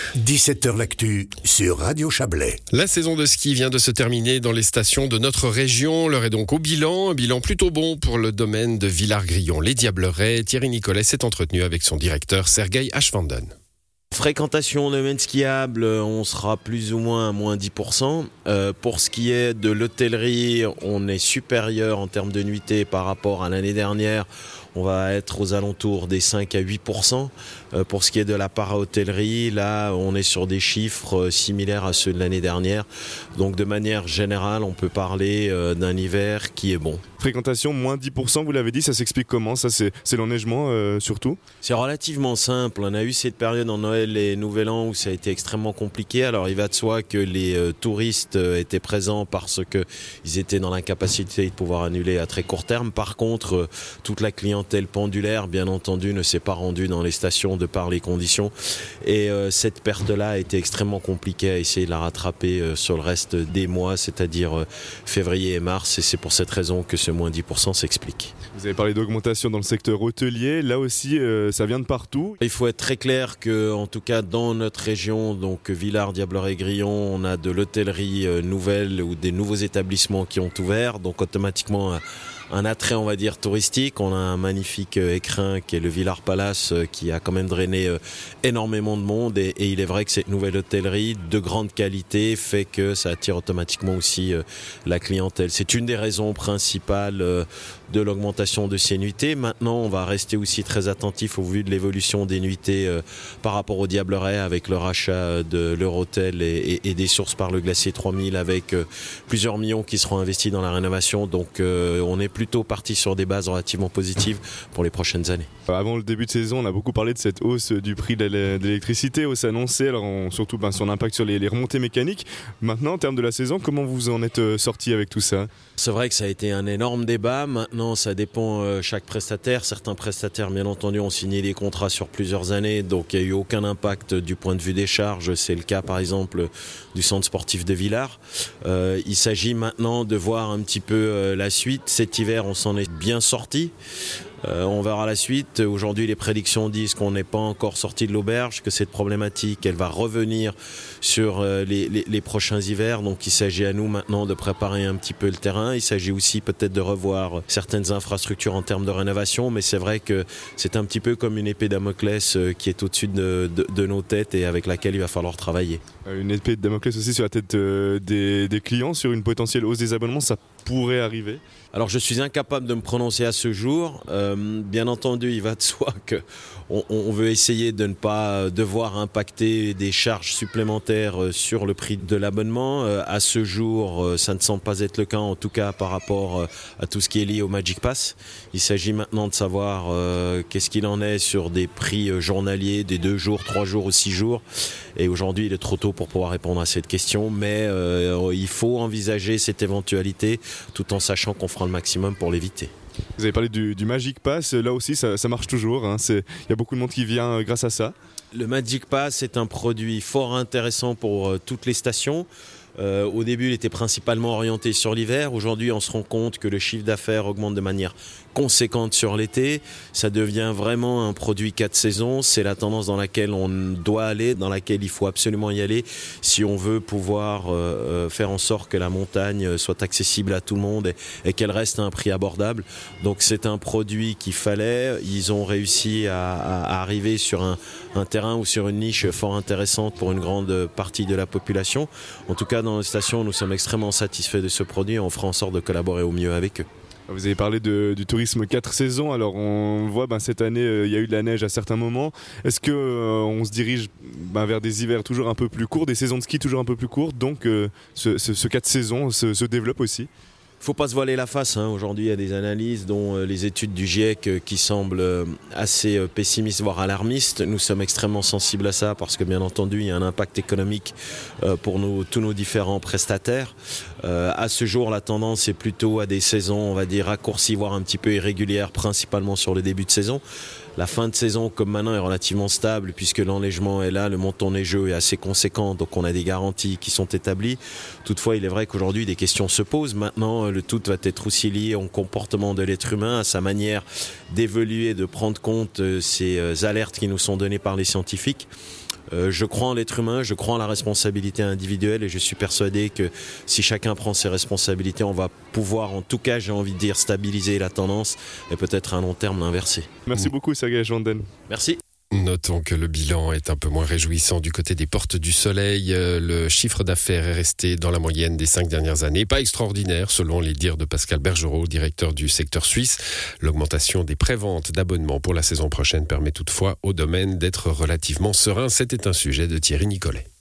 17h l'actu sur Radio Chablais. La saison de ski vient de se terminer dans les stations de notre région. L'heure est donc au bilan. Un bilan plutôt bon pour le domaine de Villars-Grillon. Les Diablerets, Thierry Nicolet s'est entretenu avec son directeur Sergei Ashvanden. Fréquentation de domaine skiable, on sera plus ou moins à moins 10%. Pour ce qui est de l'hôtellerie, on est supérieur en termes de nuitées par rapport à l'année dernière. On va être aux alentours des 5 à 8%. Pour ce qui est de la para-hôtellerie, là, on est sur des chiffres similaires à ceux de l'année dernière. Donc, de manière générale, on peut parler d'un hiver qui est bon. Fréquentation, moins 10%, vous l'avez dit, ça s'explique comment ? Ça, c'est l'enneigement surtout ? C'est relativement simple. On a eu cette période en Noël et Nouvel An où ça a été extrêmement compliqué. Alors, il va de soi que les touristes étaient présents parce qu'ils étaient dans l'incapacité de pouvoir annuler à très court terme. Par contre, toute la clientèle pendulaire, bien entendu, ne s'est pas rendue dans les stations de par les conditions. Et cette perte-là a été extrêmement compliquée à essayer de la rattraper sur le reste des mois, c'est-à-dire février et mars. Et c'est pour cette raison que ce moins 10% s'explique. Vous avez parlé d'augmentation dans le secteur hôtelier. Là aussi, ça vient de partout. Il faut être très clair que, en tout cas, dans notre région, donc Villars, Diablerets, Grillon, on a de l'hôtellerie nouvelle ou des nouveaux établissements qui ont ouvert. Donc, automatiquement, un attrait, on va dire, touristique. On a un magnifique écrin qui est le Villars Palace qui a quand même drainé énormément de monde et il est vrai que cette nouvelle hôtellerie de grande qualité fait que ça attire automatiquement aussi la clientèle. C'est une des raisons principales de l'augmentation de ces nuitées. Maintenant, on va rester aussi très attentif au vu de l'évolution des nuitées par rapport au Diablerets avec le rachat de leur hôtel et des sources par le Glacier 3000 avec plusieurs millions qui seront investis dans la rénovation. Donc, on est plutôt parti sur des bases relativement positives pour les prochaines années. Avant le début de saison, on a beaucoup parlé de cette hausse du prix de l'électricité, hausse annoncée, alors surtout son impact sur les remontées mécaniques. Maintenant, en termes de la saison, comment vous en êtes sorti avec tout ça ? C'est vrai que ça a été un énorme débat. Maintenant, ça dépend chaque prestataire. Certains prestataires, bien entendu, ont signé des contrats sur plusieurs années, donc il n'y a eu aucun impact du point de vue des charges. C'est le cas, par exemple, du centre sportif de Villars. Il s'agit maintenant de voir un petit peu la suite. Cet hiver, on s'en est bien sorti. On verra la suite. Aujourd'hui, les prédictions disent qu'on n'est pas encore sorti de l'auberge, que cette problématique, elle va revenir sur les prochains hivers. Donc, il s'agit à nous maintenant de préparer un petit peu le terrain. Il s'agit aussi peut-être de revoir certaines infrastructures en termes de rénovation. Mais c'est vrai que c'est un petit peu comme une épée Damoclès qui est au-dessus de nos têtes et avec laquelle il va falloir travailler. Une épée de Damoclès aussi sur la tête des clients, sur une potentielle hausse des abonnements, ça pourrait arriver ? Alors, je suis incapable de me prononcer à ce jour. Bien entendu, il va de soi qu'on veut essayer de ne pas devoir impacter des charges supplémentaires sur le prix de l'abonnement. À ce jour, ça ne semble pas être le cas, en tout cas par rapport à tout ce qui est lié au Magic Pass. Il s'agit maintenant de savoir qu'est-ce qu'il en est sur des prix journaliers, des 2 jours, 3 jours ou 6 jours. Et aujourd'hui, il est trop tôt pour pouvoir répondre à cette question, mais il faut envisager cette éventualité tout en sachant qu'on fera le maximum pour l'éviter. Vous avez parlé du Magic Pass, là aussi ça marche toujours, hein. Il y a beaucoup de monde qui vient grâce à ça. Le Magic Pass est un produit fort intéressant pour toutes les stations. Au début, il était principalement orienté sur l'hiver. Aujourd'hui, on se rend compte que le chiffre d'affaires augmente de manière conséquente sur l'été. Ça devient vraiment un produit 4 saisons. C'est la tendance dans laquelle on doit aller, dans laquelle il faut absolument y aller si on veut pouvoir faire en sorte que la montagne soit accessible à tout le monde et qu'elle reste à un prix abordable. Donc c'est un produit qu'il fallait. Ils ont réussi à arriver sur un terrain ou sur une niche fort intéressante pour une grande partie de la population. En tout cas, dans les stations, nous sommes extrêmement satisfaits de ce produit et on fera en sorte de collaborer au mieux avec eux. Vous avez parlé du tourisme 4 saisons, alors on voit cette année il y a eu de la neige à certains moments. Est-ce qu'on se dirige vers des hivers toujours un peu plus courts, des saisons de ski toujours un peu plus courtes, donc ce 4 saisons se développe aussi ? Il ne faut pas se voiler la face. Aujourd'hui, il y a des analyses dont les études du GIEC qui semblent assez pessimistes, voire alarmistes. Nous sommes extrêmement sensibles à ça parce que, bien entendu, il y a un impact économique pour tous nos différents prestataires. À ce jour, la tendance est plutôt à des saisons, on va dire, raccourcies, voire un petit peu irrégulières, principalement sur le début de saison. La fin de saison, comme maintenant, est relativement stable puisque l'enneigement est là, le montant neigeux est assez conséquent, donc on a des garanties qui sont établies. Toutefois, il est vrai qu'aujourd'hui, des questions se posent. Maintenant, le tout va être aussi lié au comportement de l'être humain, à sa manière d'évoluer, de prendre compte ces alertes qui nous sont données par les scientifiques. Je crois en l'être humain, je crois en la responsabilité individuelle et je suis persuadé que si chacun prend ses responsabilités, on va pouvoir, en tout cas, j'ai envie de dire, stabiliser la tendance et peut-être à long terme l'inverser. Merci beaucoup, Sergei Janden. Merci. Notons que le bilan est un peu moins réjouissant du côté des Portes du Soleil. Le chiffre d'affaires est resté dans la moyenne des 5 dernières années. Pas extraordinaire, selon les dires de Pascal Bergerot, directeur du secteur suisse. L'augmentation des préventes d'abonnements pour la saison prochaine permet toutefois au domaine d'être relativement serein. C'était un sujet de Thierry Nicolet.